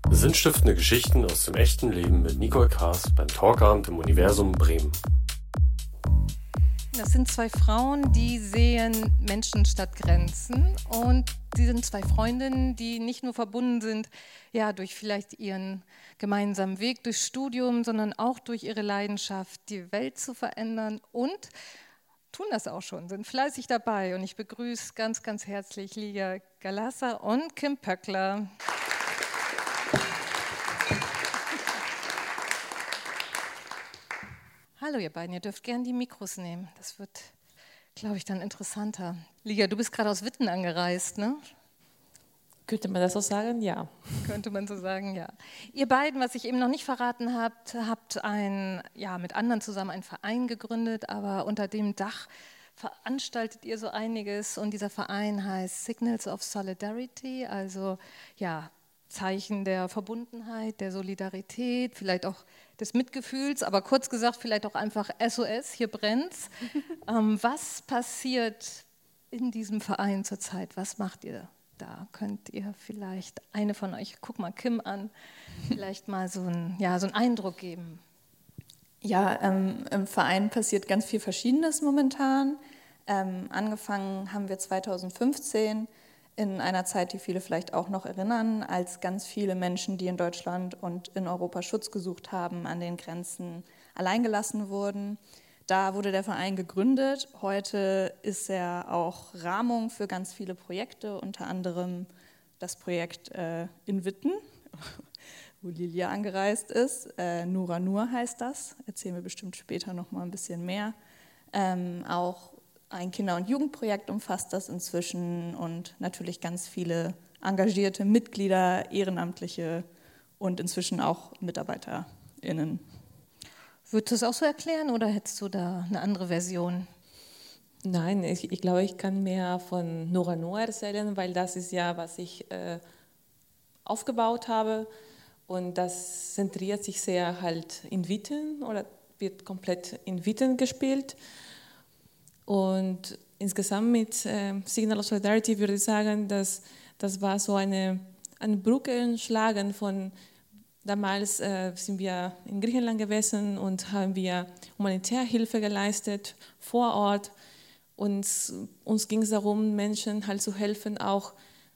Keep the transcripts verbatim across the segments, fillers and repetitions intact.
Sinnstiftende Geschichten aus dem echten Leben mit Nicole Kaas beim Talkabend im Universum Bremen. Das sind zwei Frauen, die sehen Menschen statt Grenzen, und sie sind zwei Freundinnen, die nicht nur verbunden sind, ja, durch vielleicht ihren gemeinsamen Weg, durch Studium, sondern auch durch ihre Leidenschaft, die Welt zu verändern, und tun das auch schon, sind fleißig dabei. Und ich begrüße ganz, ganz herzlich Ligia Galassa und Kim Pöckler. Hallo ihr beiden, ihr dürft gerne die Mikros nehmen. Das wird, glaube ich, dann interessanter. Ligia, du bist gerade aus Witten angereist, ne? Könnte man das so sagen? Ja. Könnte man so sagen, ja. Ihr beiden, was ich eben noch nicht verraten habe, habt ein, ja, mit anderen zusammen einen Verein gegründet, aber unter dem Dach veranstaltet ihr so einiges, und dieser Verein heißt Signals of Solidarity, also ja, Zeichen der Verbundenheit, der Solidarität, vielleicht auch des Mitgefühls, aber kurz gesagt vielleicht auch einfach S O S, hier brennt's. ähm, was passiert in diesem Verein zurzeit? Was macht ihr da? Könnt ihr vielleicht eine von euch, guck mal Kim an, vielleicht mal so, ein, ja, so einen Eindruck geben? Ja, ähm, im Verein passiert ganz viel Verschiedenes momentan. Ähm, angefangen haben wir zweitausendfünfzehn in einer Zeit, die viele vielleicht auch noch erinnern, als ganz viele Menschen, die in Deutschland und in Europa Schutz gesucht haben, an den Grenzen alleingelassen wurden. Da wurde der Verein gegründet. Heute ist er auch Rahmung für ganz viele Projekte, unter anderem das Projekt äh, in Witten, wo Lilia angereist ist. Äh, Nura Nur heißt das, erzählen wir bestimmt später noch mal ein bisschen mehr. Ähm, auch ein Kinder- und Jugendprojekt umfasst das inzwischen, und natürlich ganz viele engagierte Mitglieder, Ehrenamtliche und inzwischen auch MitarbeiterInnen. Würdest du es auch so erklären, oder hättest du da eine andere Version? Nein, ich, ich glaube, ich kann mehr von Nura Nur erzählen, weil das ist ja, was ich äh, aufgebaut habe, und das zentriert sich sehr halt in Witten oder wird komplett in Witten gespielt. Und insgesamt mit äh, Signal of Solidarity würde ich sagen, dass das war so eine, eine Brücke schlagen von, damals äh, sind wir in Griechenland gewesen und haben wir Humanitärhilfe geleistet vor Ort, und uns ging es darum, Menschen halt zu helfen, auch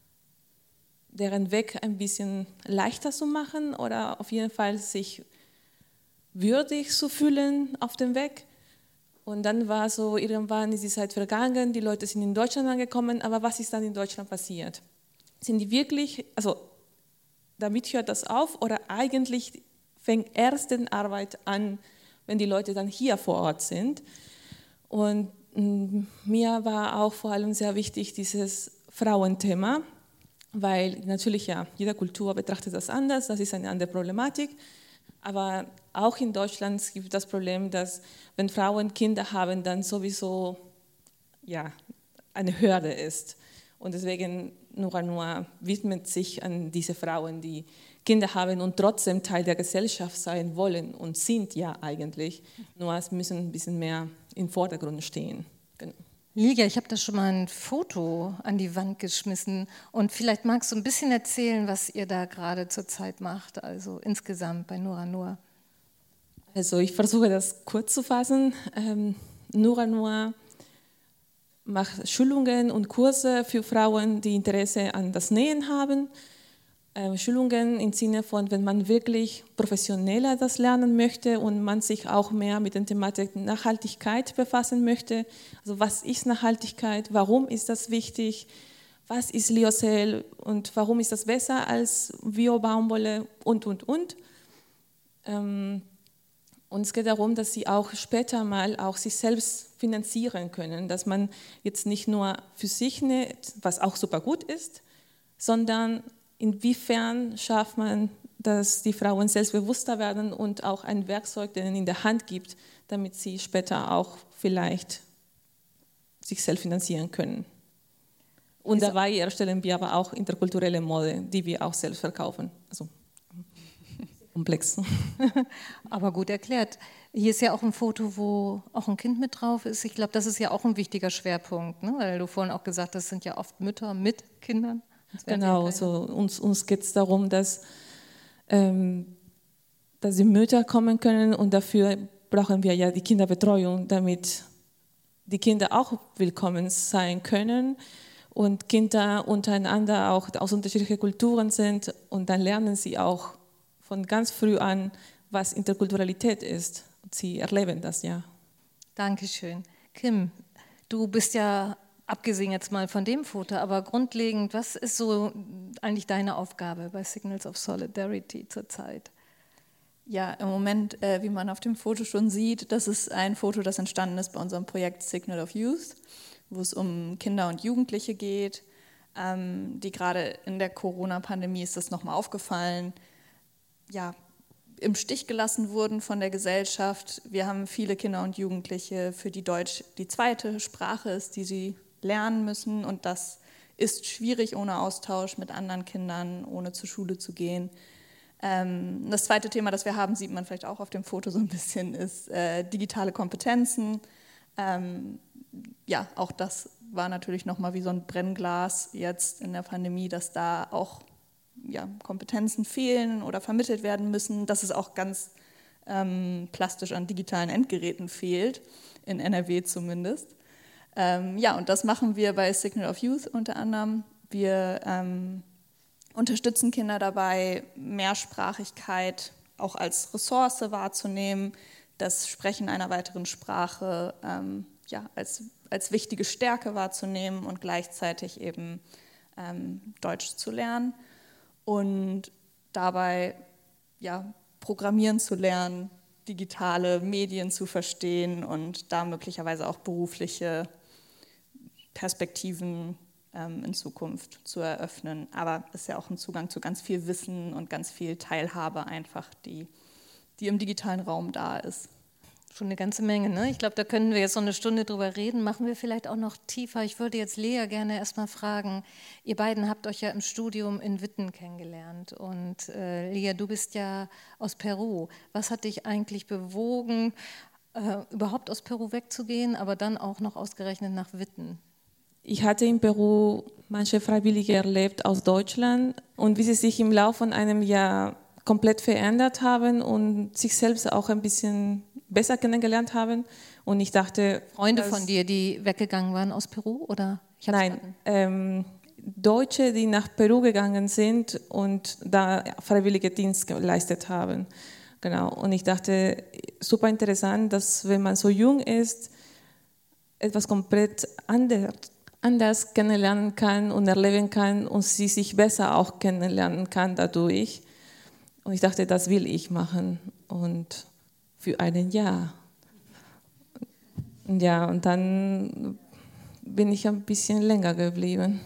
deren Weg ein bisschen leichter zu machen oder auf jeden Fall sich würdig zu fühlen auf dem Weg. Und dann war so, irgendwann ist die Zeit vergangen, die Leute sind in Deutschland angekommen, aber was ist dann in Deutschland passiert? Sind die wirklich, also damit hört das auf, oder eigentlich fängt erst die Arbeit an, wenn die Leute dann hier vor Ort sind? Und mh, mir war auch vor allem sehr wichtig dieses Frauenthema, weil natürlich ja, jede Kultur betrachtet das anders, das ist eine andere Problematik. Aber auch in Deutschland gibt es das Problem, dass wenn Frauen Kinder haben, dann sowieso ja, eine Hürde ist. Und deswegen Nura Nur widmet sich an diese Frauen, die Kinder haben und trotzdem Teil der Gesellschaft sein wollen und sind ja eigentlich. Nur es müssen ein bisschen mehr im Vordergrund stehen. Genau. Ligia, ich habe da schon mal ein Foto an die Wand geschmissen, und vielleicht magst du ein bisschen erzählen, was ihr da gerade zurzeit macht, also insgesamt bei Nura Nur. Also ich versuche das kurz zu fassen. Ähm, Nura Nur macht Schulungen und Kurse für Frauen, die Interesse an das Nähen haben. Ähm, Schulungen im Sinne von, wenn man wirklich professioneller das lernen möchte und man sich auch mehr mit der Thematik Nachhaltigkeit befassen möchte. Also was ist Nachhaltigkeit, warum ist das wichtig, was ist Lyocell und warum ist das besser als Bio-Baumwolle und, und, und. Ähm, Und es geht darum, dass sie auch später mal auch sich selbst finanzieren können, dass man jetzt nicht nur für sich näht, was auch super gut ist, sondern inwiefern schafft man, dass die Frauen selbstbewusster werden und auch ein Werkzeug denen in der Hand gibt, damit sie später auch vielleicht sich selbst finanzieren können. Und dabei erstellen wir aber auch interkulturelle Mode, die wir auch selbst verkaufen. Also komplex. Aber gut erklärt. Hier ist ja auch ein Foto, wo auch ein Kind mit drauf ist. Ich glaube, das ist ja auch ein wichtiger Schwerpunkt, ne? Weil du vorhin auch gesagt hast, das sind ja oft Mütter mit Kindern. Genau, so uns, uns geht es darum, dass ähm, dass die Mütter kommen können und dafür brauchen wir ja die Kinderbetreuung, damit die Kinder auch willkommen sein können und Kinder untereinander auch aus unterschiedlichen Kulturen sind und dann lernen sie auch von ganz früh an, was Interkulturalität ist. Sie erleben das ja. Dankeschön. Kim, du bist ja, abgesehen jetzt mal von dem Foto, aber grundlegend, was ist so eigentlich deine Aufgabe bei Signals of Solidarity zurzeit? Ja, im Moment, äh, wie man auf dem Foto schon sieht, das ist ein Foto, das entstanden ist bei unserem Projekt Signal of Youth, wo es um Kinder und Jugendliche geht, ähm, die gerade in der Corona-Pandemie ist das nochmal aufgefallen, ja, im Stich gelassen wurden von der Gesellschaft. Wir haben viele Kinder und Jugendliche, für die Deutsch die zweite Sprache ist, die sie lernen müssen. Und das ist schwierig ohne Austausch mit anderen Kindern, ohne zur Schule zu gehen. Ähm, das zweite Thema, das wir haben, sieht man vielleicht auch auf dem Foto so ein bisschen, ist äh, digitale Kompetenzen. Ähm, ja, auch das war natürlich nochmal wie so ein Brennglas jetzt in der Pandemie, dass da auch ja, Kompetenzen fehlen oder vermittelt werden müssen, dass es auch ganz ähm, plastisch an digitalen Endgeräten fehlt, in N R W zumindest. Ähm, ja, und das machen wir bei Signal of Youth unter anderem. Wir ähm, unterstützen Kinder dabei, Mehrsprachigkeit auch als Ressource wahrzunehmen, das Sprechen einer weiteren Sprache ähm, ja, als, als wichtige Stärke wahrzunehmen und gleichzeitig eben ähm, Deutsch zu lernen. Und dabei ja, programmieren zu lernen, digitale Medien zu verstehen und da möglicherweise auch berufliche Perspektiven ähm, in Zukunft zu eröffnen. Aber es ist ja auch ein Zugang zu ganz viel Wissen und ganz viel Teilhabe einfach, die, die im digitalen Raum da ist. Schon eine ganze Menge, ne? Ich glaube, da können wir jetzt noch eine Stunde drüber reden. Machen wir vielleicht auch noch tiefer. Ich würde jetzt Lea gerne erstmal fragen, ihr beiden habt euch ja im Studium in Witten kennengelernt und äh, Lea, du bist ja aus Peru. Was hat dich eigentlich bewogen, äh, überhaupt aus Peru wegzugehen, aber dann auch noch ausgerechnet nach Witten? Ich hatte in Peru manche Freiwillige erlebt aus Deutschland und wie sie sich im Laufe von einem Jahr komplett verändert haben und sich selbst auch ein bisschen besser kennengelernt haben. Und ich dachte... Freunde von dir, die weggegangen waren aus Peru? Oder? Ich Nein, ähm, Deutsche, die nach Peru gegangen sind und da freiwillige Dienst geleistet haben. Genau. Und ich dachte, super interessant, dass wenn man so jung ist, etwas komplett anders, anders kennenlernen kann und erleben kann und sie sich besser auch kennenlernen kann dadurch. Und ich dachte, das will ich machen. Und für ein Jahr. Ja, und dann bin ich ein bisschen länger geblieben.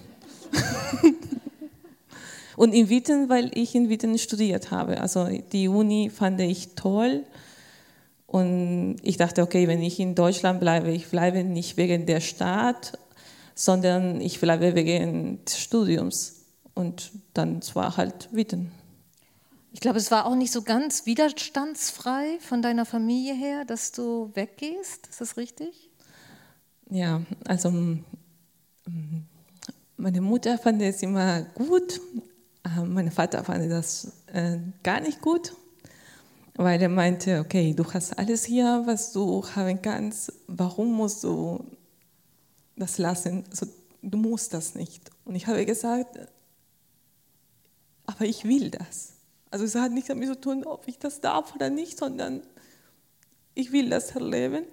Und in Witten, weil ich in Witten studiert habe. Also die Uni fand ich toll. Und ich dachte, okay, wenn ich in Deutschland bleibe, ich bleibe nicht wegen der Stadt, sondern ich bleibe wegen des Studiums. Und dann war halt Witten. Ich glaube, es war auch nicht so ganz widerstandsfrei von deiner Familie her, dass du weggehst. Ist das richtig? Ja, also meine Mutter fand es immer gut, mein Vater fand das äh, gar nicht gut, weil er meinte, okay, du hast alles hier, was du haben kannst, warum musst du das lassen? Also, du musst das nicht. Und ich habe gesagt, aber ich will das. Also es hat nichts damit zu tun, ob ich das darf oder nicht, sondern ich will das erleben.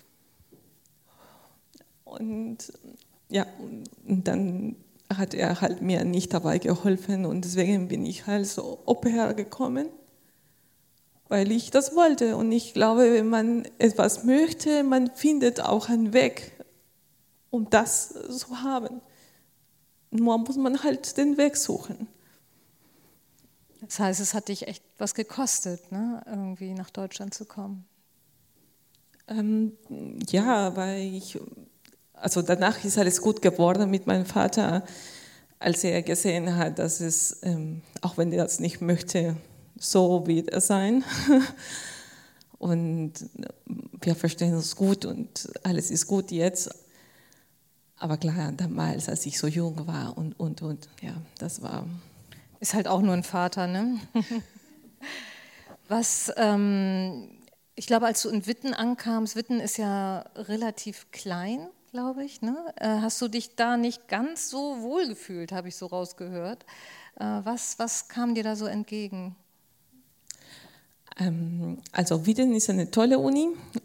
Und ja, und dann hat er halt mir nicht dabei geholfen und deswegen bin ich halt so Au pair gekommen, weil ich das wollte. Und ich glaube, wenn man etwas möchte, man findet auch einen Weg, um das zu haben. Nur muss man halt den Weg suchen. Das heißt, es hat dich echt was gekostet, ne? Irgendwie nach Deutschland zu kommen. Ähm, ja, weil ich, also danach ist alles gut geworden mit meinem Vater, als er gesehen hat, dass es, ähm, auch wenn er das nicht möchte, so wird es sein. Und wir verstehen uns gut und alles ist gut jetzt. Aber klar, damals, als ich so jung war und, und, und, ja, das war... Ist halt auch nur ein Vater, ne? Was, ähm, ich glaube, als du in Witten ankamst, Witten ist ja relativ klein, glaube ich, ne? Äh, hast du dich da nicht ganz so wohl gefühlt, habe ich so rausgehört. Äh, was, was kam dir da so entgegen? Ähm, also Witten ist eine tolle Uni,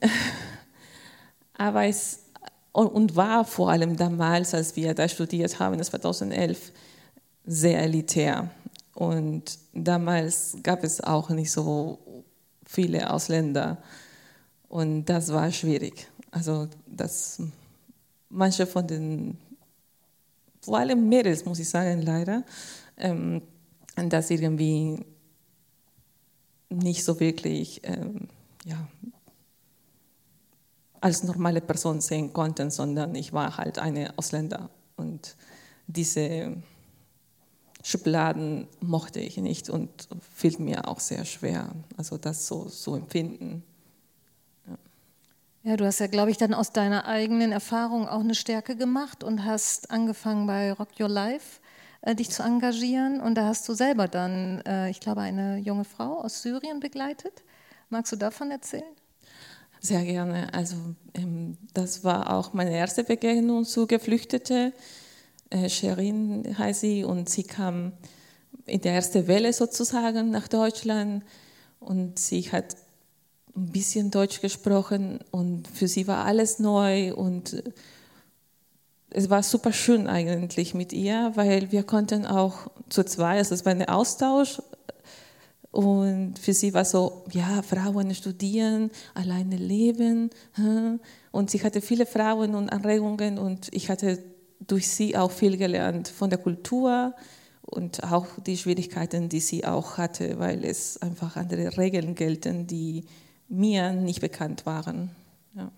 aber es und war vor allem damals, als wir da studiert haben, zweitausendelf, sehr elitär. Und damals gab es auch nicht so viele Ausländer und das war schwierig. Also dass manche von den, vor allem Mädels, muss ich sagen, leider, ähm, das irgendwie nicht so wirklich ähm, ja, als normale Person sehen konnten, sondern ich war halt eine Ausländer und diese Schubladen mochte ich nicht und fiel mir auch sehr schwer, also das so zu empfinden. Ja, du hast ja, glaube ich, dann aus deiner eigenen Erfahrung auch eine Stärke gemacht und hast angefangen bei Rock Your Life äh, dich zu engagieren. Und da hast du selber dann, äh, ich glaube, eine junge Frau aus Syrien begleitet. Magst du davon erzählen? Sehr gerne. Also ähm, das war auch meine erste Begegnung zu Geflüchteten. Äh, Sherin heißt sie und sie kam in der ersten Welle sozusagen nach Deutschland und sie hat ein bisschen Deutsch gesprochen und für sie war alles neu und es war super schön eigentlich mit ihr, weil wir konnten auch zu zweit, also es war ein Austausch und für sie war so, ja, Frauen studieren, alleine leben und sie hatte viele Frauen und Anregungen und ich hatte durch sie auch viel gelernt von der Kultur und auch die Schwierigkeiten, die sie auch hatte, weil es einfach andere Regeln gelten, die mir nicht bekannt waren. Ja.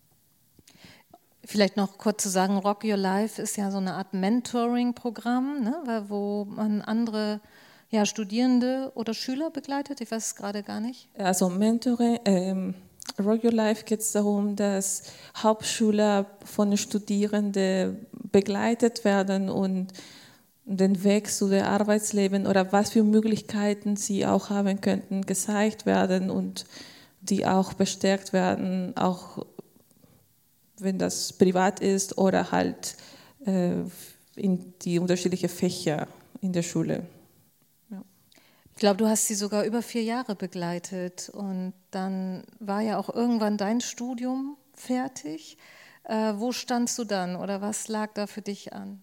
Vielleicht noch kurz zu sagen, Rock Your Life ist ja so eine Art Mentoring-Programm, ne, wo man andere ja, Studierende oder Schüler begleitet. Ich weiß es gerade gar nicht. Also Mentoring, ähm, Rock Your Life geht es darum, dass Hauptschüler von Studierenden begleitet werden und den Weg zu dem Arbeitsleben oder was für Möglichkeiten sie auch haben könnten, gezeigt werden und die auch bestärkt werden, auch wenn das privat ist oder halt äh, in die unterschiedlichen Fächer in der Schule. Ja. Ich glaube, du hast sie sogar über vier Jahre begleitet und dann war ja auch irgendwann dein Studium fertig. Äh, wo standst du dann oder was lag da für dich an?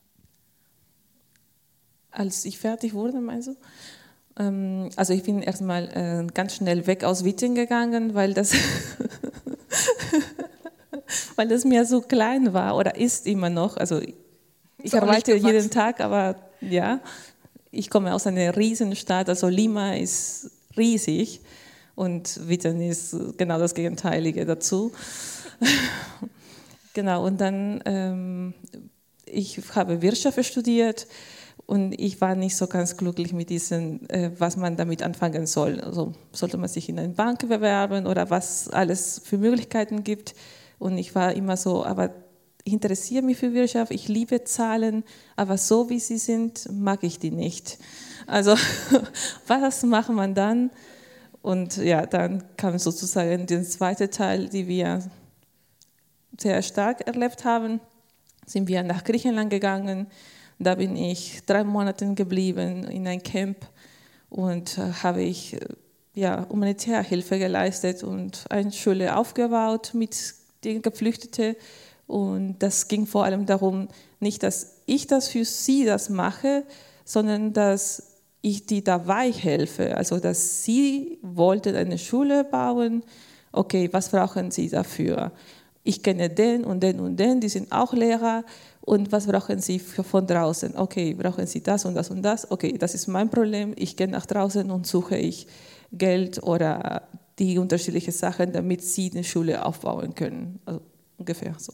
Als ich fertig wurde, meinst du? Ähm, also ich bin erstmal äh, ganz schnell weg aus Witten gegangen, weil das, weil das mir so klein war oder ist immer noch. Also ich arbeite jeden Tag, aber ja, ich komme aus einer Riesenstadt, also Lima ist riesig und Witten ist genau das Gegenteilige dazu. Genau, und dann, ähm, ich habe Wirtschaft studiert und ich war nicht so ganz glücklich mit diesem, äh, was man damit anfangen soll. Also sollte man sich in eine Bank bewerben oder was alles für Möglichkeiten gibt. Und ich war immer so, aber ich interessiere mich für Wirtschaft, ich liebe Zahlen, aber so wie sie sind, mag ich die nicht. Also was macht man dann? Und ja, dann kam sozusagen der zweite Teil, den wir sehr stark erlebt haben, sind wir nach Griechenland gegangen. Da bin ich drei Monate geblieben in ein Camp und äh, habe ich äh, ja, Humanitärhilfe geleistet und eine Schule aufgebaut mit den Geflüchteten. Und das ging vor allem darum, nicht, dass ich das für sie das mache, sondern dass ich die dabei helfe. Also, dass sie wollten eine Schule bauen. Okay, was brauchen sie dafür? Ich kenne den und den und den, die sind auch Lehrer. Und was brauchen Sie für von draußen? Okay, brauchen Sie das und das und das? Okay, das ist mein Problem. Ich gehe nach draußen und suche ich Geld oder die unterschiedlichen Sachen, damit Sie eine Schule aufbauen können. Also ungefähr so.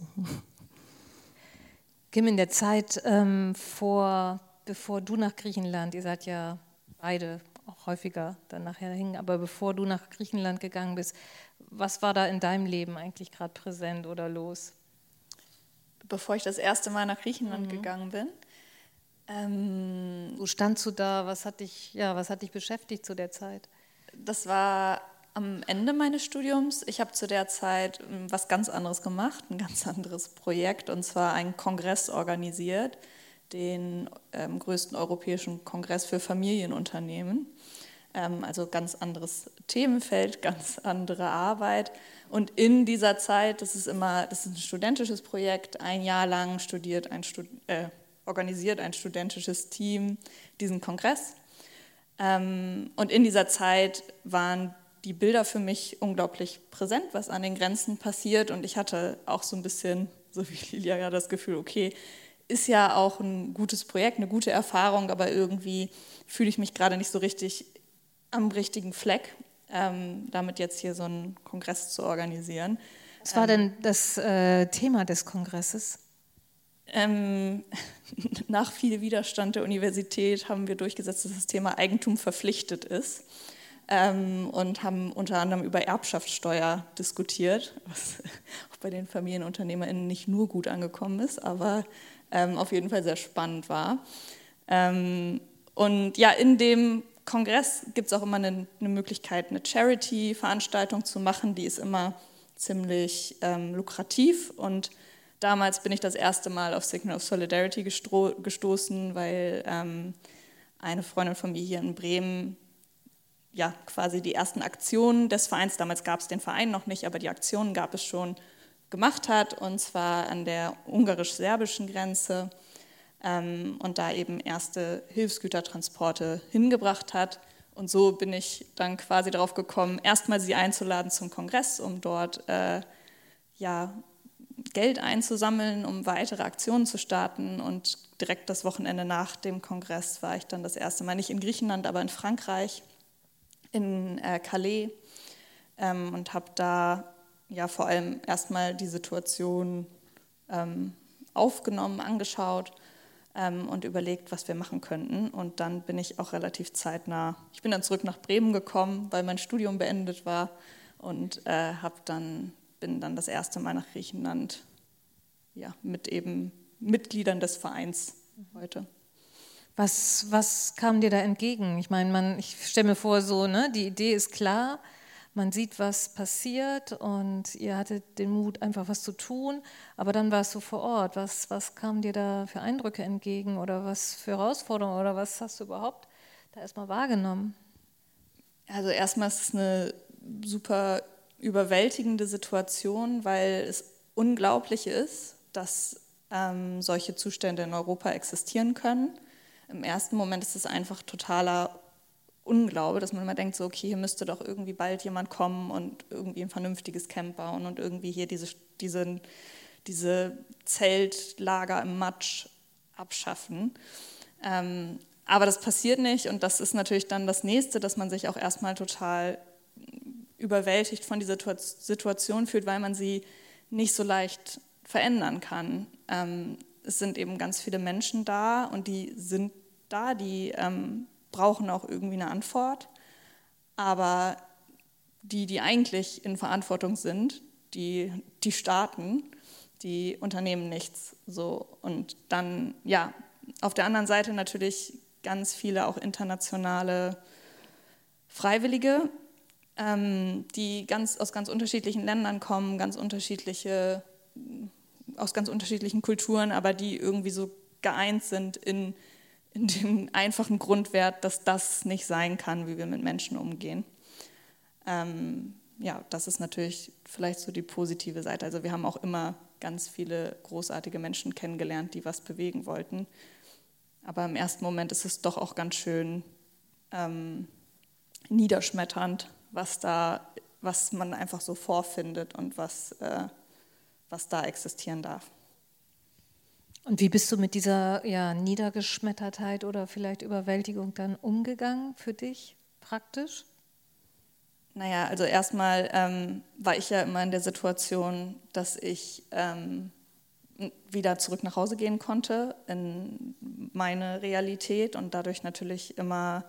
Kim, in der Zeit ähm, vor, bevor du nach Griechenland, ihr seid ja beide auch häufiger dann nachher hin, aber bevor du nach Griechenland gegangen bist, was war da in deinem Leben eigentlich gerade präsent oder los? Bevor ich das erste Mal nach Griechenland Mhm. gegangen bin. Ähm, Wo standst du da? Was hat dich, ja, was hat dich beschäftigt zu der Zeit? Das war am Ende meines Studiums. Ich habe zu der Zeit was ganz anderes gemacht, ein ganz anderes Projekt, und zwar einen Kongress organisiert, den ähm, größten europäischen Kongress für Familienunternehmen. Ähm, also ganz anderes Themenfeld, ganz andere Arbeit. Und in dieser Zeit, das ist immer, das ist ein studentisches Projekt, ein Jahr lang studiert ein Stud äh, organisiert ein studentisches Team diesen Kongress. Ähm, und in dieser Zeit waren die Bilder für mich unglaublich präsent, was an den Grenzen passiert. Und ich hatte auch so ein bisschen, so wie Lilia, ja, das Gefühl, okay, ist ja auch ein gutes Projekt, eine gute Erfahrung, aber irgendwie fühle ich mich gerade nicht so richtig am richtigen Fleck, ähm, damit jetzt hier so einen Kongress zu organisieren. Was war denn das äh, Thema des Kongresses? Ähm, nach viel Widerstand der Universität haben wir durchgesetzt, dass das Thema Eigentum verpflichtet ist. Ähm, und haben unter anderem über Erbschaftssteuer diskutiert, was auch bei den FamilienunternehmerInnen nicht nur gut angekommen ist, aber ähm, auf jeden Fall sehr spannend war. Ähm, und ja, in dem Kongress gibt es auch immer eine, eine Möglichkeit, eine Charity-Veranstaltung zu machen, die ist immer ziemlich ähm, lukrativ, und damals bin ich das erste Mal auf Signal of Solidarity gestro- gestoßen, weil ähm, eine Freundin von mir hier in Bremen ja quasi die ersten Aktionen des Vereins, damals gab es den Verein noch nicht, aber die Aktionen gab es schon, gemacht hat, und zwar an der ungarisch-serbischen Grenze, ähm, und da eben erste Hilfsgütertransporte hingebracht hat. Und so bin ich dann quasi darauf gekommen, erstmal sie einzuladen zum Kongress, um dort äh, ja, Geld einzusammeln, um weitere Aktionen zu starten. Und direkt das Wochenende nach dem Kongress war ich dann das erste Mal nicht in Griechenland, aber in Frankreich, in äh, Calais, ähm, und habe da ja vor allem erstmal die Situation ähm, aufgenommen, angeschaut ähm, und überlegt, was wir machen könnten. Und dann bin ich auch relativ zeitnah, ich bin dann zurück nach Bremen gekommen, weil mein Studium beendet war, und äh, hab dann, bin dann das erste Mal nach Griechenland, ja, mit eben Mitgliedern des Vereins heute. Was, was kam dir da entgegen? Ich meine, man, ich stelle mir vor, so, ne, die Idee ist klar, man sieht, was passiert, und ihr hattet den Mut, einfach was zu tun, aber dann warst du vor Ort. Was, was kam dir da für Eindrücke entgegen oder was für Herausforderungen oder was hast du überhaupt da erstmal wahrgenommen? Also erstmal ist es eine super überwältigende Situation, weil es unglaublich ist, dass ähm, solche Zustände in Europa existieren können. Im ersten Moment ist es einfach totaler Unglaube, dass man immer denkt, so, okay, hier müsste doch irgendwie bald jemand kommen und irgendwie ein vernünftiges Camp bauen und irgendwie hier diese, diese, diese Zeltlager im Matsch abschaffen. Ähm, aber das passiert nicht, und das ist natürlich dann das Nächste, dass man sich auch erstmal total überwältigt von dieser Situation fühlt, weil man sie nicht so leicht verändern kann. Ähm, es sind eben ganz viele Menschen da, und die sind da, die ähm, brauchen auch irgendwie eine Antwort, aber die, die eigentlich in Verantwortung sind, die, die Staaten, die unternehmen nichts. So. Und dann, ja, auf der anderen Seite natürlich ganz viele auch internationale Freiwillige, ähm, die ganz, aus ganz unterschiedlichen Ländern kommen, ganz unterschiedliche, aus ganz unterschiedlichen Kulturen, aber die irgendwie so geeint sind in in dem einfachen Grundwert, dass das nicht sein kann, wie wir mit Menschen umgehen. Ähm, ja, das ist natürlich vielleicht so die positive Seite. Also wir haben auch immer ganz viele großartige Menschen kennengelernt, die was bewegen wollten. Aber im ersten Moment ist es doch auch ganz schön ähm, niederschmetternd, was da, was man einfach so vorfindet und was, äh, was da existieren darf. Und wie bist du mit dieser ja, Niedergeschmettertheit oder vielleicht Überwältigung dann umgegangen für dich praktisch? Naja, also erstmal ähm, war ich ja immer in der Situation, dass ich ähm, wieder zurück nach Hause gehen konnte in meine Realität und dadurch natürlich immer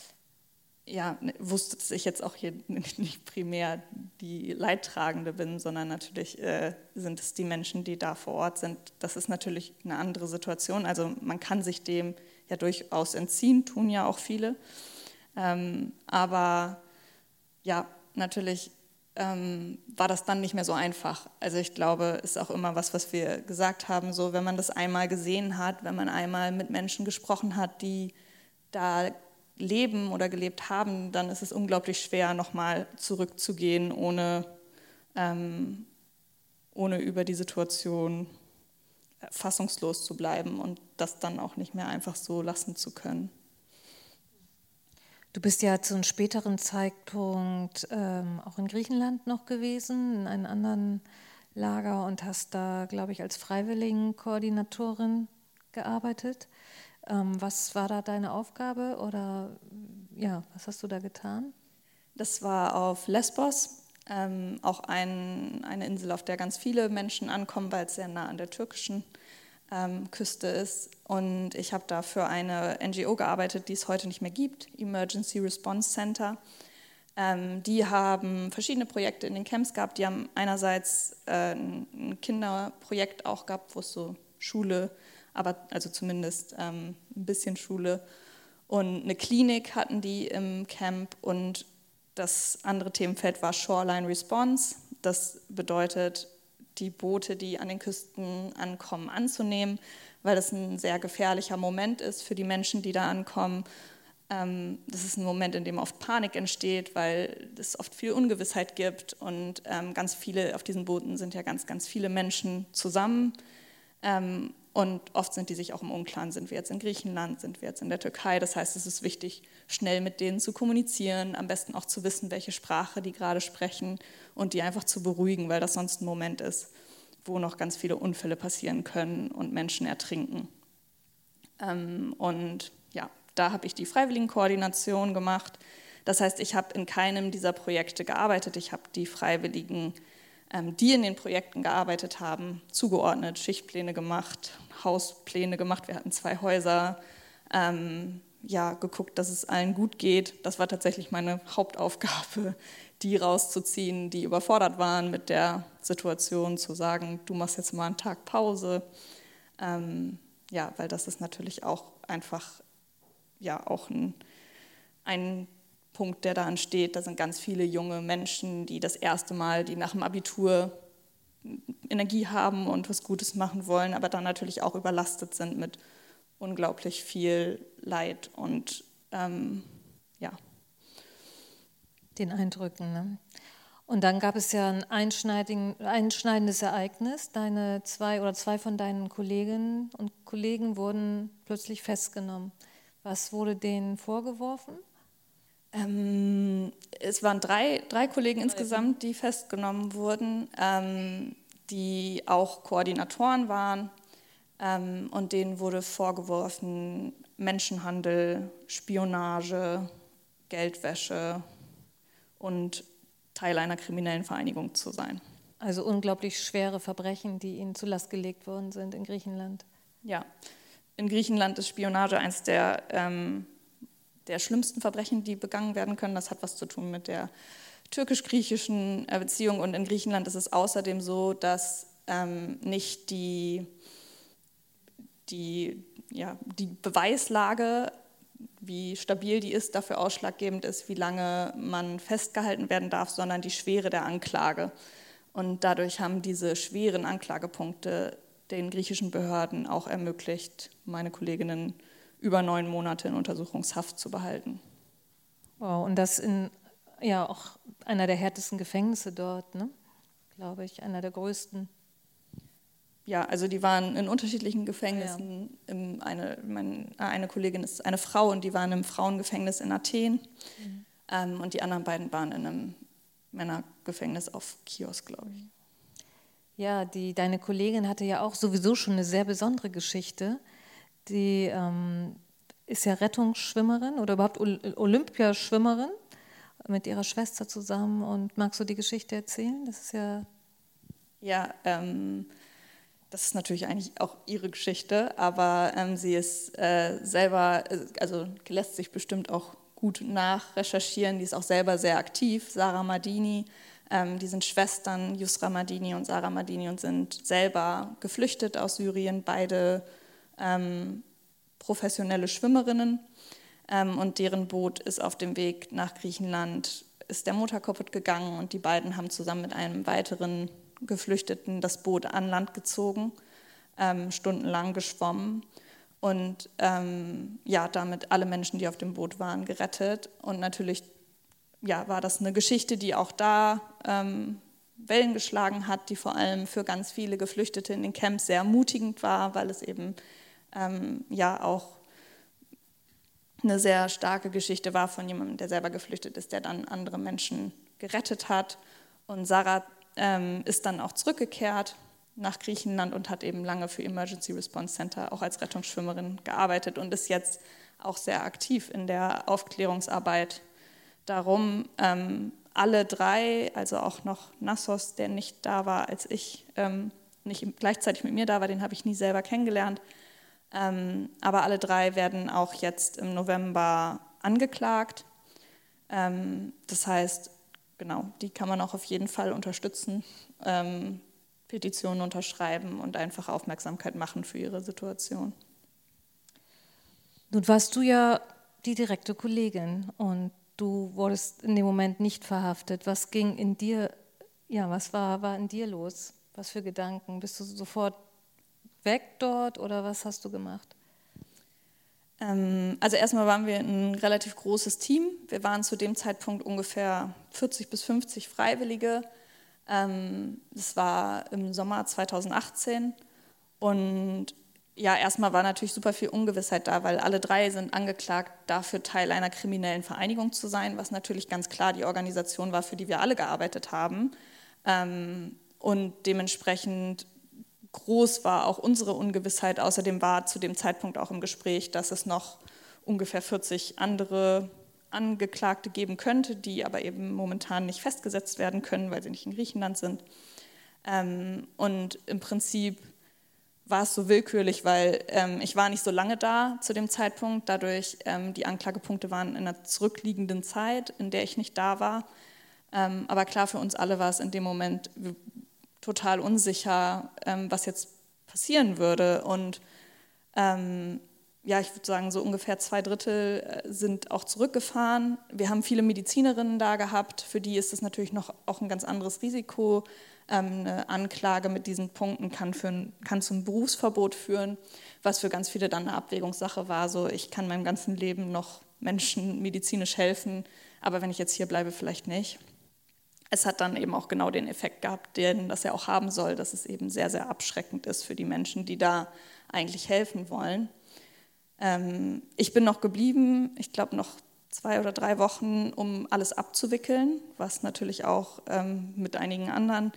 ja, wusste, dass ich jetzt auch hier nicht primär die Leidtragende bin, sondern natürlich äh, sind es die Menschen, die da vor Ort sind. Das ist natürlich eine andere Situation. Also man kann sich dem ja durchaus entziehen, tun ja auch viele. Ähm, aber ja, natürlich ähm, war das dann nicht mehr so einfach. Also ich glaube, ist auch immer was, was wir gesagt haben, so wenn man das einmal gesehen hat, wenn man einmal mit Menschen gesprochen hat, die da leben oder gelebt haben, dann ist es unglaublich schwer, nochmal zurückzugehen, ohne, ähm, ohne über die Situation fassungslos zu bleiben und das dann auch nicht mehr einfach so lassen zu können. Du bist ja zu einem späteren Zeitpunkt ähm, auch in Griechenland noch gewesen, in einem anderen Lager und hast da, glaube ich, als Freiwilligenkoordinatorin gearbeitet. Ähm, was war da deine Aufgabe oder ja, was hast du da getan? Das war auf Lesbos, ähm, auch ein, eine Insel, auf der ganz viele Menschen ankommen, weil es sehr nah an der türkischen ähm, Küste ist. Und ich habe da für eine N G O gearbeitet, die es heute nicht mehr gibt, Emergency Response Center. Ähm, die haben verschiedene Projekte in den Camps gehabt. Die haben einerseits äh, ein Kinderprojekt auch gehabt, wo es so Schule, aber also zumindest ähm, ein bisschen Schule und eine Klinik hatten die im Camp und das andere Themenfeld war Shoreline Response. Das bedeutet, die Boote, die an den Küsten ankommen, anzunehmen, weil das ein sehr gefährlicher Moment ist für die Menschen, die da ankommen. Ähm, das ist ein Moment, in dem oft Panik entsteht, weil es oft viel Ungewissheit gibt und ähm, ganz viele, auf diesen Booten sind ja ganz, ganz viele Menschen zusammen. Ähm, Und oft sind die sich auch im Unklaren, sind wir jetzt in Griechenland, sind wir jetzt in der Türkei. Das heißt, es ist wichtig, schnell mit denen zu kommunizieren, am besten auch zu wissen, welche Sprache die gerade sprechen und die einfach zu beruhigen, weil das sonst ein Moment ist, wo noch ganz viele Unfälle passieren können und Menschen ertrinken. Und ja, da habe ich die Freiwilligenkoordination gemacht. Das heißt, ich habe in keinem dieser Projekte gearbeitet. Ich habe die Freiwilligen, die in den Projekten gearbeitet haben, zugeordnet, Schichtpläne gemacht, Hauspläne gemacht. Wir hatten zwei Häuser, ähm, ja, geguckt, dass es allen gut geht. Das war tatsächlich meine Hauptaufgabe, die rauszuziehen, die überfordert waren mit der Situation, zu sagen, du machst jetzt mal einen Tag Pause. Ähm, ja, weil das ist natürlich auch einfach, ja, auch ein, ein Punkt, der da entsteht. Da sind ganz viele junge Menschen, die das erste Mal, die nach dem Abitur Energie haben und was Gutes machen wollen, aber dann natürlich auch überlastet sind mit unglaublich viel Leid und ähm, ja. Den Eindrücken, ne? Und dann gab es ja ein einschneidendes Ereignis. Deine zwei oder zwei von deinen Kolleginnen und Kollegen wurden plötzlich festgenommen. Was wurde denen vorgeworfen? Ähm, es waren drei, drei Kollegen insgesamt, die festgenommen wurden, ähm, die auch Koordinatoren waren. Ähm, und denen wurde vorgeworfen Menschenhandel, Spionage, Geldwäsche und Teil einer kriminellen Vereinigung zu sein. Also unglaublich schwere Verbrechen, die ihnen zur Last gelegt worden sind in Griechenland. Ja, in Griechenland ist Spionage eines der, ähm, der schlimmsten Verbrechen, die begangen werden können. Das hat was zu tun mit der türkisch-griechischen Beziehung. Und in Griechenland ist es außerdem so, dass ähm, nicht die, die, ja, die Beweislage, wie stabil die ist, dafür ausschlaggebend ist, wie lange man festgehalten werden darf, sondern die Schwere der Anklage. Und dadurch haben diese schweren Anklagepunkte den griechischen Behörden auch ermöglicht, meine Kolleginnen über neun Monate in Untersuchungshaft zu behalten. Wow, und das in ja auch einer der härtesten Gefängnisse dort, ne? Glaube ich, einer der größten. Ja, also die waren in unterschiedlichen Gefängnissen. Ja. Im, eine, meine, eine Kollegin ist eine Frau und die war in einem Frauengefängnis in Athen. Mhm. Ähm, und die anderen beiden waren in einem Männergefängnis auf Chios, glaube ich. Ja, die, deine Kollegin hatte ja auch sowieso schon eine sehr besondere Geschichte. Die ähm, ist ja Rettungsschwimmerin oder überhaupt Olympiaschwimmerin mit ihrer Schwester zusammen. Und magst du die Geschichte erzählen? Das ist ja... Ja, ähm, das ist natürlich eigentlich auch ihre Geschichte, aber ähm, sie ist äh, selber, also lässt sich bestimmt auch gut nachrecherchieren, die ist auch selber sehr aktiv, Sarah Madini. Die sind Schwestern, Yusra Madini und Sarah Madini, und sind selber geflüchtet aus Syrien, beide ähm, professionelle Schwimmerinnen. Ähm, und deren Boot ist auf dem Weg nach Griechenland ist der Motor kaputt gegangen und die beiden haben zusammen mit einem weiteren Geflüchteten das Boot an Land gezogen, ähm, stundenlang geschwommen und ähm, ja, damit alle Menschen, die auf dem Boot waren, gerettet. Und natürlich ja, war das eine Geschichte, die auch da ähm, Wellen geschlagen hat, die vor allem für ganz viele Geflüchtete in den Camps sehr ermutigend war, weil es eben ähm, ja auch eine sehr starke Geschichte war von jemandem, der selber geflüchtet ist, der dann andere Menschen gerettet hat. Und Sarah ähm, ist dann auch zurückgekehrt nach Griechenland und hat eben lange für Emergency Response Center auch als Rettungsschwimmerin gearbeitet und ist jetzt auch sehr aktiv in der Aufklärungsarbeit darum, ähm, alle drei, also auch noch Nassos, der nicht da war, als ich ähm, nicht gleichzeitig mit mir da war, den habe ich nie selber kennengelernt, Ähm, aber alle drei werden auch jetzt im November angeklagt. Ähm, das heißt, genau, die kann man auch auf jeden Fall unterstützen, ähm, Petitionen unterschreiben und einfach Aufmerksamkeit machen für ihre Situation. Nun warst du ja die direkte Kollegin und du wurdest in dem Moment nicht verhaftet. Was ging in dir, ja, was war, war in dir los? Was für Gedanken? Bist du sofort weg dort oder was hast du gemacht? Ähm, also erstmal waren wir ein relativ großes Team. Wir waren zu dem Zeitpunkt ungefähr vierzig bis fünfzig Freiwillige. Ähm, das war im Sommer zweitausendachtzehn und ja, erstmal war natürlich super viel Ungewissheit da, weil alle drei sind angeklagt, dafür Teil einer kriminellen Vereinigung zu sein, was natürlich ganz klar die Organisation war, für die wir alle gearbeitet haben. Ähm, und dementsprechend groß war auch unsere Ungewissheit. Außerdem war zu dem Zeitpunkt auch im Gespräch, dass es noch ungefähr vierzig andere Angeklagte geben könnte, die aber eben momentan nicht festgesetzt werden können, weil sie nicht in Griechenland sind. Ähm, und im Prinzip war es so willkürlich, weil ähm, ich war nicht so lange da zu dem Zeitpunkt. Dadurch, ähm, die Anklagepunkte waren in einer zurückliegenden Zeit, in der ich nicht da war. Ähm, aber klar, für uns alle war es in dem Moment total unsicher, ähm, was jetzt passieren würde. Und ähm, ja, ich würde sagen, so ungefähr zwei Drittel sind auch zurückgefahren. Wir haben viele Medizinerinnen da gehabt, für die ist es natürlich noch auch ein ganz anderes Risiko. Ähm, eine Anklage mit diesen Punkten kann, für, kann zum Berufsverbot führen, was für ganz viele dann eine Abwägungssache war. So, ich kann meinem ganzen Leben noch Menschen medizinisch helfen, aber wenn ich jetzt hier bleibe, vielleicht nicht. Es hat dann eben auch genau den Effekt gehabt, den das ja auch haben soll, dass es eben sehr, sehr abschreckend ist für die Menschen, die da eigentlich helfen wollen. Ähm, ich bin noch geblieben, ich glaube noch zwei oder drei Wochen, um alles abzuwickeln, was natürlich auch ähm, mit einigen anderen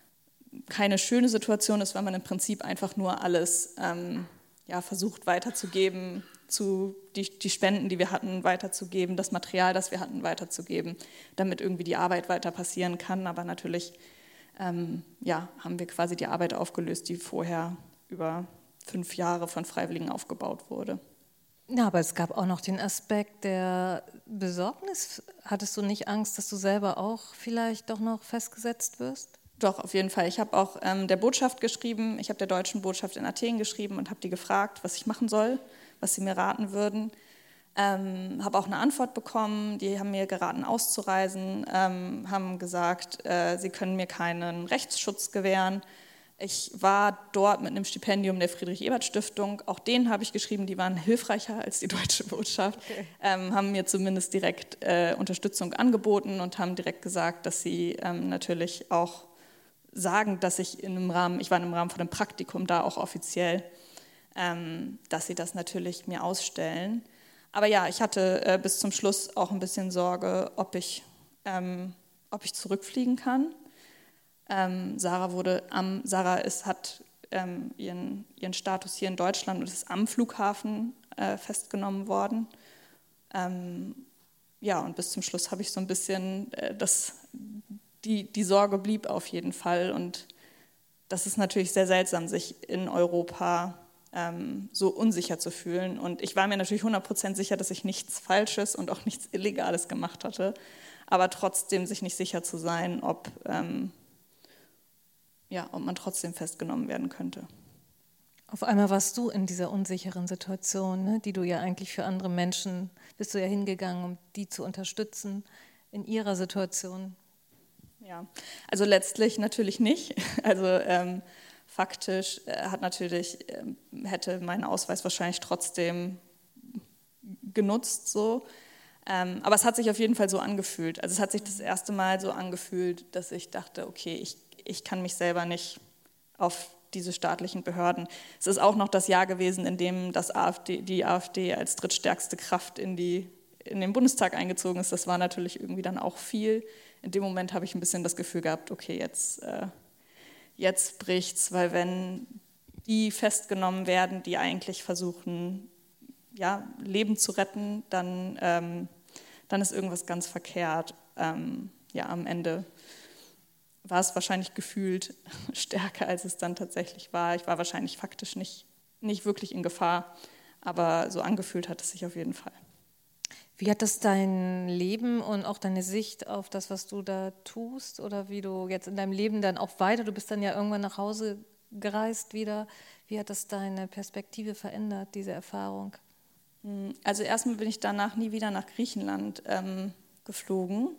keine schöne Situation ist, weil man im Prinzip einfach nur alles ähm, ja, versucht weiterzugeben, zu, die, die Spenden, die wir hatten, weiterzugeben, das Material, das wir hatten, weiterzugeben, damit irgendwie die Arbeit weiter passieren kann. Aber natürlich ähm, ja, haben wir quasi die Arbeit aufgelöst, die vorher über fünf Jahre von Freiwilligen aufgebaut wurde. Ja, aber es gab auch noch den Aspekt der Besorgnis. Hattest du nicht Angst, dass du selber auch vielleicht doch noch festgesetzt wirst? Doch, auf jeden Fall. Ich habe auch ähm, der Botschaft geschrieben, ich habe der deutschen Botschaft in Athen geschrieben und habe die gefragt, was ich machen soll, was sie mir raten würden. Ähm, habe auch eine Antwort bekommen, die haben mir geraten auszureisen, ähm, haben gesagt, äh, sie können mir keinen Rechtsschutz gewähren. Ich war dort mit einem Stipendium der Friedrich-Ebert-Stiftung, auch denen habe ich geschrieben, die waren hilfreicher als die deutsche Botschaft, okay. ähm, haben mir zumindest direkt äh, Unterstützung angeboten und haben direkt gesagt, dass sie ähm, natürlich auch sagen, dass ich in einem Rahmen, ich war in einem Rahmen von einem Praktikum da auch offiziell, ähm, dass sie das natürlich mir ausstellen. Aber ja, ich hatte äh, bis zum Schluss auch ein bisschen Sorge, ob ich, ähm, ob ich zurückfliegen kann. Ähm, Sarah wurde am, Sarah ist, hat ähm, ihren, ihren Status hier in Deutschland und ist am Flughafen äh, festgenommen worden. Ähm, ja, und bis zum Schluss habe ich so ein bisschen äh, das Die, die Sorge blieb auf jeden Fall und das ist natürlich sehr seltsam, sich in Europa ähm, so unsicher zu fühlen. Und ich war mir natürlich hundert Prozent sicher, dass ich nichts Falsches und auch nichts Illegales gemacht hatte, aber trotzdem sich nicht sicher zu sein, ob, ähm, ja, ob man trotzdem festgenommen werden könnte. Auf einmal warst du in dieser unsicheren Situation, ne, die du ja eigentlich für andere Menschen, bist du ja hingegangen, um die zu unterstützen. in ihrer Situation? Ja, also letztlich natürlich nicht. Also ähm, faktisch äh, hat natürlich, äh, hätte mein Ausweis wahrscheinlich trotzdem genutzt so. Ähm, aber es hat sich auf jeden Fall so angefühlt. Also es hat sich das erste Mal so angefühlt, dass ich dachte, okay, ich, ich kann mich selber nicht auf diese staatlichen Behörden. Es ist auch noch das Jahr gewesen, in dem das AfD, die AfD als drittstärkste Kraft in, die, in den Bundestag eingezogen ist. Das war natürlich irgendwie dann auch viel. In dem Moment habe ich ein bisschen das Gefühl gehabt, okay, jetzt, äh, jetzt bricht's, weil wenn die festgenommen werden, die eigentlich versuchen, ja, Leben zu retten, dann, ähm, dann ist irgendwas ganz verkehrt. Ähm, ja, am Ende war es wahrscheinlich gefühlt stärker, als es dann tatsächlich war. Ich war wahrscheinlich faktisch nicht, nicht wirklich in Gefahr, aber so angefühlt hat es sich auf jeden Fall. Wie hat das dein Leben und auch deine Sicht auf das, was du da tust, oder wie du jetzt in deinem Leben dann auch weiter, du bist dann ja irgendwann nach Hause gereist wieder, wie hat das deine Perspektive verändert, diese Erfahrung? Also erstmal bin ich danach nie wieder nach Griechenland ähm, geflogen,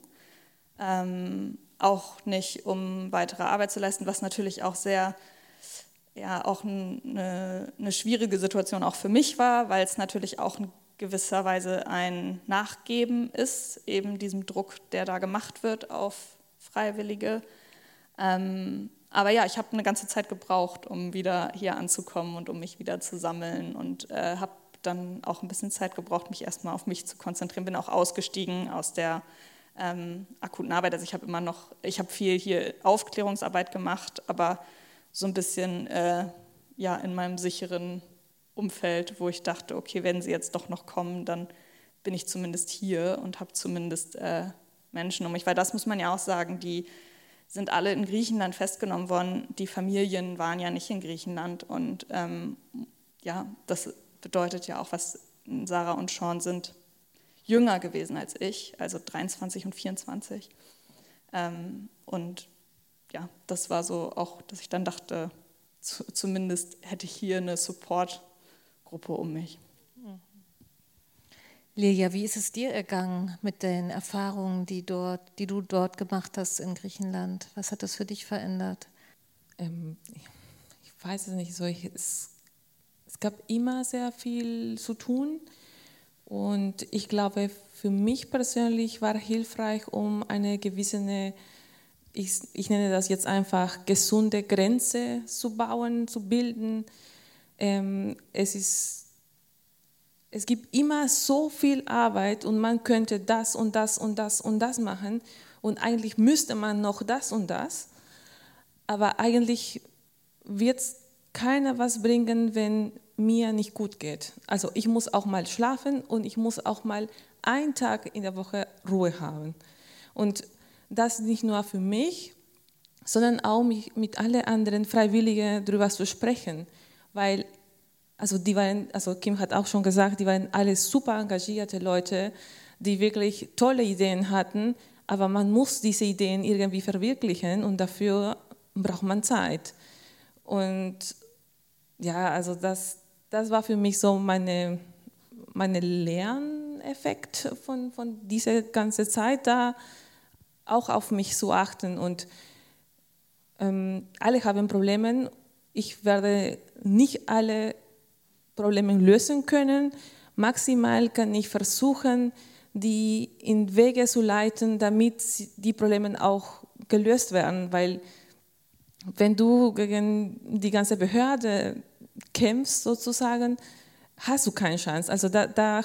ähm, auch nicht, um weitere Arbeit zu leisten, was natürlich auch sehr, ja, auch eine, eine schwierige Situation auch für mich war, weil es natürlich auch in gewisser Weise ein Nachgeben ist, eben diesem Druck, der da gemacht wird auf Freiwillige. Ähm, aber ja, ich habe eine ganze Zeit gebraucht, um wieder hier anzukommen und um mich wieder zu sammeln und äh, habe dann auch ein bisschen Zeit gebraucht, mich erstmal auf mich zu konzentrieren. Bin auch ausgestiegen aus der ähm, akuten Arbeit. Also ich habe immer noch, ich habe viel hier Aufklärungsarbeit gemacht, aber so ein bisschen äh, ja, in meinem sicheren Umfeld, wo ich dachte, okay, wenn sie jetzt doch noch kommen, dann bin ich zumindest hier und habe zumindest äh, Menschen um mich. Weil das muss man ja auch sagen, die sind alle in Griechenland festgenommen worden. Die Familien waren ja nicht in Griechenland und ähm, ja, das bedeutet ja auch, was Sarah und Sean sind, jünger gewesen als ich, also dreiundzwanzig und vierundzwanzig. Ähm, und ja, das war so auch, dass ich dann dachte, zu, zumindest hätte ich hier eine Supportgruppe um mich. Lilia, wie ist es dir ergangen mit den Erfahrungen, die, dort, die du dort gemacht hast in Griechenland? Was hat das für dich verändert? Ähm, ich weiß es nicht, so ich, es Es gab immer sehr viel zu tun und ich glaube, für mich persönlich war hilfreich, um eine gewisse, ich, ich nenne das jetzt einfach, gesunde Grenze zu bauen, zu bilden. Ähm, es ist, es gibt immer so viel Arbeit und man könnte das und das und das und das machen und eigentlich müsste man noch das und das, aber eigentlich wird es keiner was bringen, wenn mir nicht gut geht. Also ich muss auch mal schlafen und ich muss auch mal einen Tag in der Woche Ruhe haben. Und das nicht nur für mich, sondern auch mit, mit allen anderen Freiwilligen darüber zu sprechen. Weil, also die waren, also Kim hat auch schon gesagt, die waren alle super engagierte Leute, die wirklich tolle Ideen hatten, aber man muss diese Ideen irgendwie verwirklichen und dafür braucht man Zeit. Und ja, also das, das war für mich so meine, meine Lerneffekt von, von dieser ganzen Zeit, da auch auf mich zu achten. Und ähm, alle haben Probleme. Ich werde nicht alle Probleme lösen können. Maximal kann ich versuchen, die in Wege zu leiten, damit die Probleme auch gelöst werden, weil wenn du gegen die ganze Behörde kämpfst, sozusagen, hast du keine Chance. Also da, da,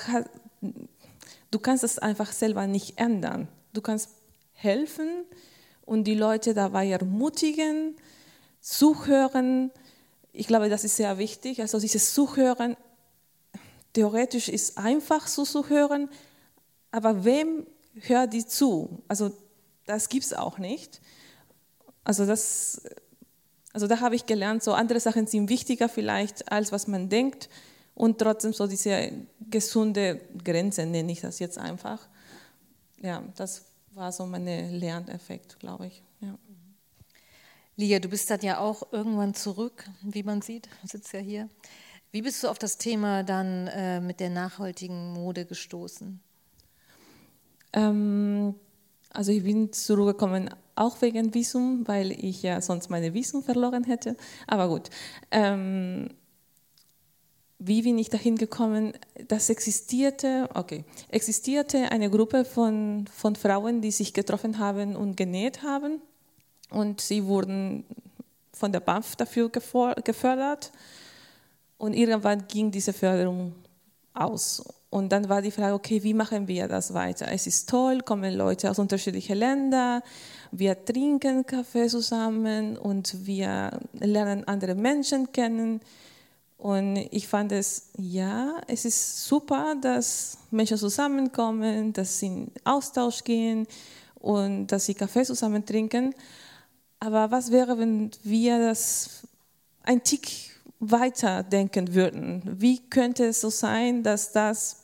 du kannst es einfach selber nicht ändern. Du kannst helfen und die Leute dabei ermutigen, zuhören. Ich glaube, das ist sehr wichtig. Also dieses Zuhören, theoretisch ist einfach so zu hören, aber wem hört die zu? Also das gibt es auch nicht. Also das... Also da habe ich gelernt, so andere Sachen sind wichtiger vielleicht, als was man denkt und trotzdem so diese gesunde Grenze, nenne ich das jetzt einfach. Ja, das war so mein Lerneffekt, glaube ich. Ja. Lia, du bist dann ja auch irgendwann zurück, wie man sieht, du sitzt ja hier. Wie bist du auf das Thema dann äh, mit der nachhaltigen Mode gestoßen? Ähm, Also ich bin zurückgekommen auch wegen Visum, weil ich ja sonst meine Visum verloren hätte. Aber gut. Ähm, wie bin ich dahin gekommen? Das existierte, okay, existierte eine Gruppe von, von Frauen, die sich getroffen haben und genäht haben. Und sie wurden von der B A M F dafür gefördert. Und irgendwann ging diese Förderung aus. Und dann war die Frage, okay, wie machen wir das weiter? Es ist toll, kommen Leute aus unterschiedlichen Ländern, wir trinken Kaffee zusammen und wir lernen andere Menschen kennen. Und ich fand es, ja, es ist super, dass Menschen zusammenkommen, dass sie in Austausch gehen und dass sie Kaffee zusammen trinken. Aber was wäre, wenn wir das ein Tick weiter denken würden? Wie könnte es so sein, dass das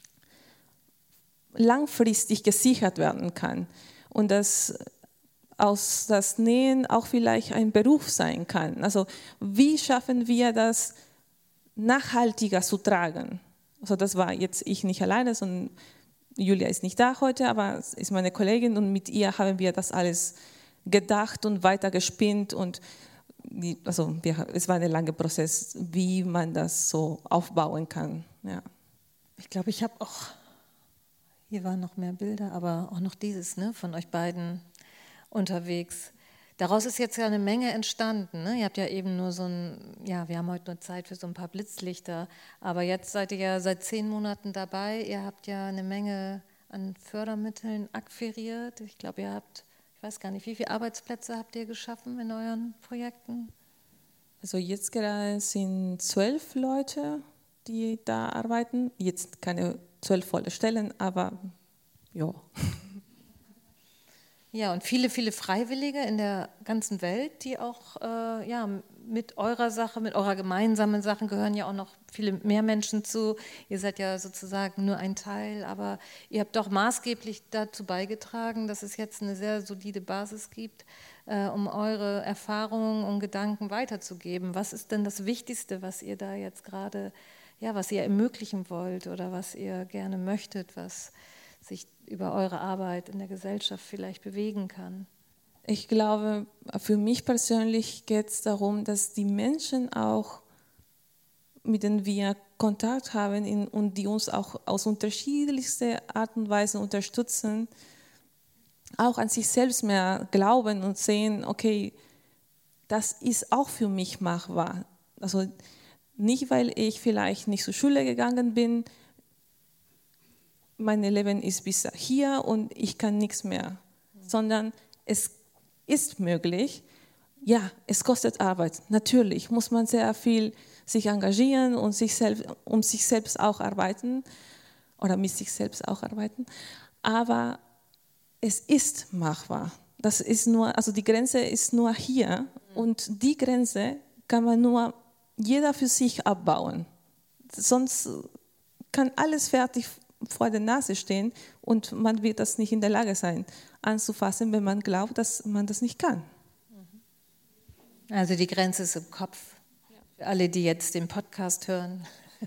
langfristig gesichert werden kann und dass aus das Nähen auch vielleicht ein Beruf sein kann? Also wie schaffen wir das nachhaltiger zu tragen? Also das war jetzt ich nicht alleine, sondern Julia ist nicht da heute, aber es ist meine Kollegin und mit ihr haben wir das alles gedacht und weiter gespinnt und die, also wir, es war ein langer Prozess, wie man das so aufbauen kann. Ja. Ich glaube, ich habe auch, hier waren noch mehr Bilder, aber auch noch dieses, ne, von euch beiden unterwegs. Daraus ist jetzt ja eine Menge entstanden. Ne? Ihr habt ja eben nur so ein, ja, wir haben heute nur Zeit für so ein paar Blitzlichter, aber jetzt seid ihr ja seit zehn Monaten dabei. Ihr habt ja eine Menge an Fördermitteln akquiriert. Ich glaube, ihr habt, ich weiß gar nicht, wie viele Arbeitsplätze habt ihr geschaffen in euren Projekten? Also jetzt gerade sind zwölf Leute, die da arbeiten. Jetzt keine zwölf volle Stellen, aber ja. Ja, und viele, viele Freiwillige in der ganzen Welt, die auch äh, ja, mit eurer Sache, mit eurer gemeinsamen Sache gehören ja auch noch viele mehr Menschen zu. Ihr seid ja sozusagen nur ein Teil, aber ihr habt doch maßgeblich dazu beigetragen, dass es jetzt eine sehr solide Basis gibt, äh, um eure Erfahrungen und Gedanken weiterzugeben. Was ist denn das Wichtigste, was ihr da jetzt gerade, ja, was ihr ermöglichen wollt oder was ihr gerne möchtet, was sich über eure Arbeit in der Gesellschaft vielleicht bewegen kann? Ich glaube, für mich persönlich geht es darum, dass die Menschen auch, mit denen wir Kontakt haben und die uns auch aus unterschiedlichsten Art und Weise unterstützen, auch an sich selbst mehr glauben und sehen, okay, das ist auch für mich machbar. Also nicht, weil ich vielleicht nicht zur Schule gegangen bin, mein Leben ist bis hier und ich kann nichts mehr, sondern es ist möglich. Ja, es kostet Arbeit. Natürlich muss man sehr viel sich engagieren und sich selbst, um sich selbst auch arbeiten oder mit sich selbst auch arbeiten. Aber es ist machbar. Das ist nur, also die Grenze ist nur hier und die Grenze kann man nur jeder für sich abbauen. Sonst kann alles fertig vor der Nase stehen und man wird das nicht in der Lage sein, anzufassen, wenn man glaubt, dass man das nicht kann. Also die Grenze ist im Kopf. Für alle, die jetzt den Podcast hören,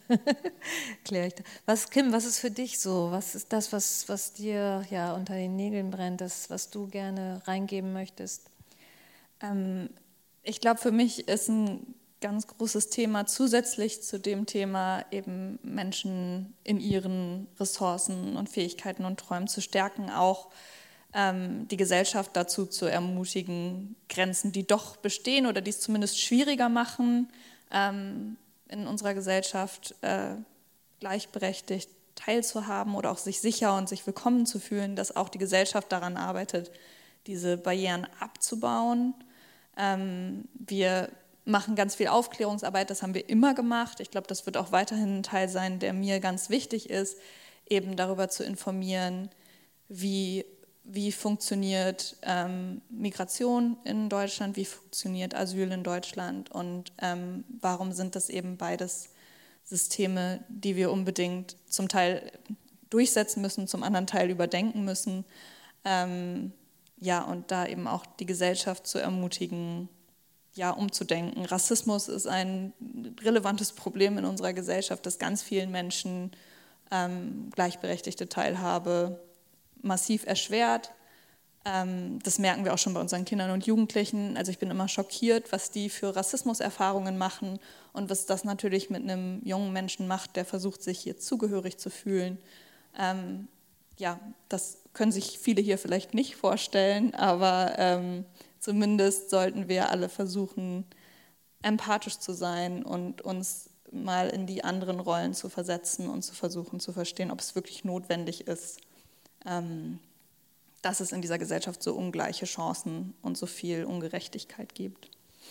kläre ich das. Was, Kim, was ist für dich so? Was ist das, was, was dir ja unter den Nägeln brennt, das, was du gerne reingeben möchtest? Ähm, ich glaube, für mich ist ein ganz großes Thema zusätzlich zu dem Thema eben Menschen in ihren Ressourcen und Fähigkeiten und Träumen zu stärken, auch ähm, die Gesellschaft dazu zu ermutigen, Grenzen, die doch bestehen oder die es zumindest schwieriger machen, ähm, in unserer Gesellschaft äh, gleichberechtigt teilzuhaben oder auch sich sicher und sich willkommen zu fühlen, dass auch die Gesellschaft daran arbeitet, diese Barrieren abzubauen. Ähm, wir machen ganz viel Aufklärungsarbeit, das haben wir immer gemacht. Ich glaube, das wird auch weiterhin ein Teil sein, der mir ganz wichtig ist, eben darüber zu informieren, wie, wie funktioniert ähm, Migration in Deutschland, wie funktioniert Asyl in Deutschland und ähm, warum sind das eben beides Systeme, die wir unbedingt zum Teil durchsetzen müssen, zum anderen Teil überdenken müssen. Ähm, ja, und da eben auch die Gesellschaft zu ermutigen, ja, umzudenken. Rassismus ist ein relevantes Problem in unserer Gesellschaft, das ganz vielen Menschen ähm, gleichberechtigte Teilhabe massiv erschwert. Ähm, das merken wir auch schon bei unseren Kindern und Jugendlichen. Also ich bin immer schockiert, was die für Rassismuserfahrungen machen und was das natürlich mit einem jungen Menschen macht, der versucht, sich hier zugehörig zu fühlen. Ähm, ja, das können sich viele hier vielleicht nicht vorstellen, aber ähm, zumindest sollten wir alle versuchen, empathisch zu sein und uns mal in die anderen Rollen zu versetzen und zu versuchen zu verstehen, ob es wirklich notwendig ist, ähm, dass es in dieser Gesellschaft so ungleiche Chancen und so viel Ungerechtigkeit gibt.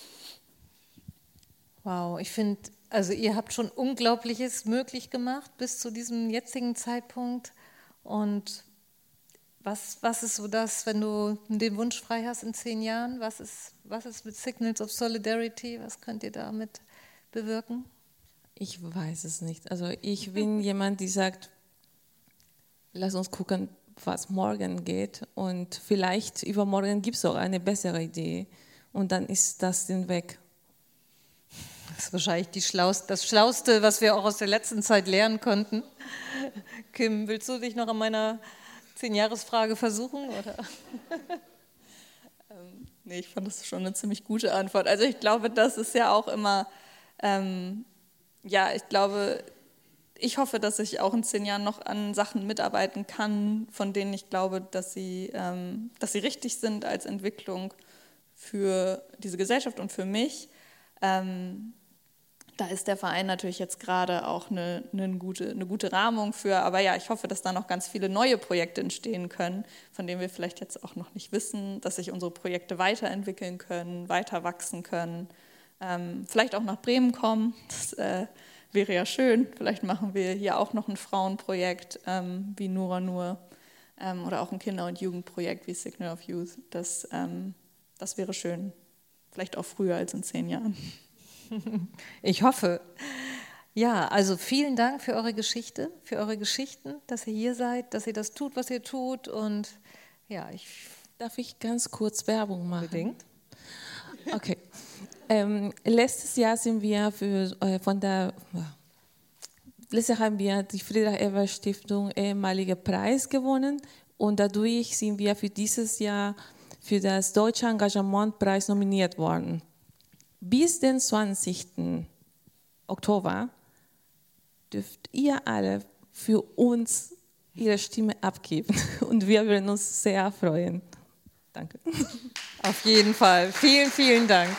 Wow, ich finde, also ihr habt schon Unglaubliches möglich gemacht bis zu diesem jetzigen Zeitpunkt. Und was, was ist so das, wenn du den Wunsch frei hast in zehn Jahren, was ist, was ist mit Signals of Solidarity, was könnt ihr damit bewirken? Ich weiß es nicht. Also ich bin jemand, die sagt, lass uns gucken, was morgen geht und vielleicht übermorgen gibt es auch eine bessere Idee und dann ist das den Weg. Das ist wahrscheinlich die Schlauste, das Schlauste, was wir auch aus der letzten Zeit lernen konnten. Kim, willst du dich noch an meiner Zehn-Jahres-Frage versuchen? Oder? ähm, nee, ich fand das schon eine ziemlich gute Antwort. Also ich glaube, das ist ja auch immer, ähm, ja, ich glaube, ich hoffe, dass ich auch in zehn Jahren noch an Sachen mitarbeiten kann, von denen ich glaube, dass sie, ähm, dass sie richtig sind als Entwicklung für diese Gesellschaft und für mich. Ähm, da ist der Verein natürlich jetzt gerade auch eine, eine, gute, eine gute Rahmung für. Aber ja, ich hoffe, dass da noch ganz viele neue Projekte entstehen können, von denen wir vielleicht jetzt auch noch nicht wissen, dass sich unsere Projekte weiterentwickeln können, weiter wachsen können, ähm, vielleicht auch nach Bremen kommen. Das äh, wäre ja schön. Vielleicht machen wir hier auch noch ein Frauenprojekt ähm, wie Nura Nur ähm, oder auch ein Kinder- und Jugendprojekt wie Signal of Youth. Das, ähm, das wäre schön. Vielleicht auch früher als in zehn Jahren. Ich hoffe. Ja, also vielen Dank für eure Geschichte, für eure Geschichten, dass ihr hier seid, dass ihr das tut, was ihr tut. Und ja, ich darf ich ganz kurz Werbung machen? Bedingt. Okay. Ähm, letztes Jahr sind wir für, äh, von der, äh, letztes Jahr haben wir die Friedrich-Ebert-Stiftung ehemalige Preis gewonnen und dadurch sind wir für dieses Jahr für das Deutsche Engagementpreis nominiert worden. Bis den zwanzigsten Oktober dürft ihr alle für uns ihre Stimme abgeben und wir würden uns sehr freuen. Danke. Auf jeden Fall. Vielen, vielen Dank.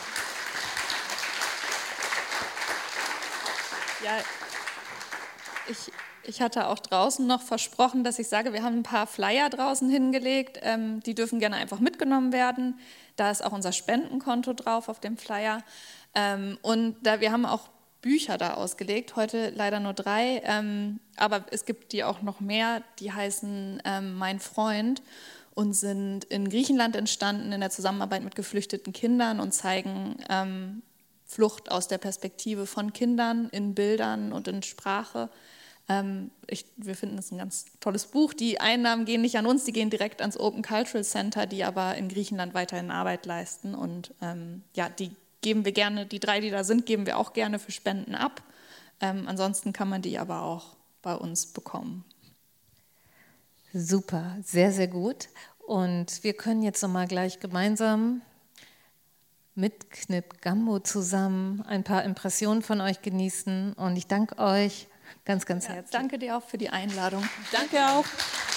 Ja, ich, ich hatte auch draußen noch versprochen, dass ich sage, wir haben ein paar Flyer draußen hingelegt, ähm, die dürfen gerne einfach mitgenommen werden. Da ist auch unser Spendenkonto drauf auf dem Flyer. Ähm, und da, wir haben auch Bücher da ausgelegt, heute leider nur drei, ähm, aber es gibt die auch noch mehr, die heißen ähm, Mein Freund und sind in Griechenland entstanden in der Zusammenarbeit mit geflüchteten Kindern und zeigen ähm, Flucht aus der Perspektive von Kindern in Bildern und in Sprache. Ähm, ich, wir finden es ein ganz tolles Buch. Die Einnahmen gehen nicht an uns, die gehen direkt ans Open Cultural Center, die aber in Griechenland weiterhin Arbeit leisten. Und ähm, ja, die geben wir gerne, die drei, die da sind, geben wir auch gerne für Spenden ab. Ähm, ansonsten kann man die aber auch bei uns bekommen. Super, sehr, sehr gut. Und wir können jetzt nochmal gleich gemeinsam mit Knip Gambo zusammen ein paar Impressionen von euch genießen. Und ich danke euch ganz, ganz Ja, herzlich. danke dir auch für die Einladung. Danke auch.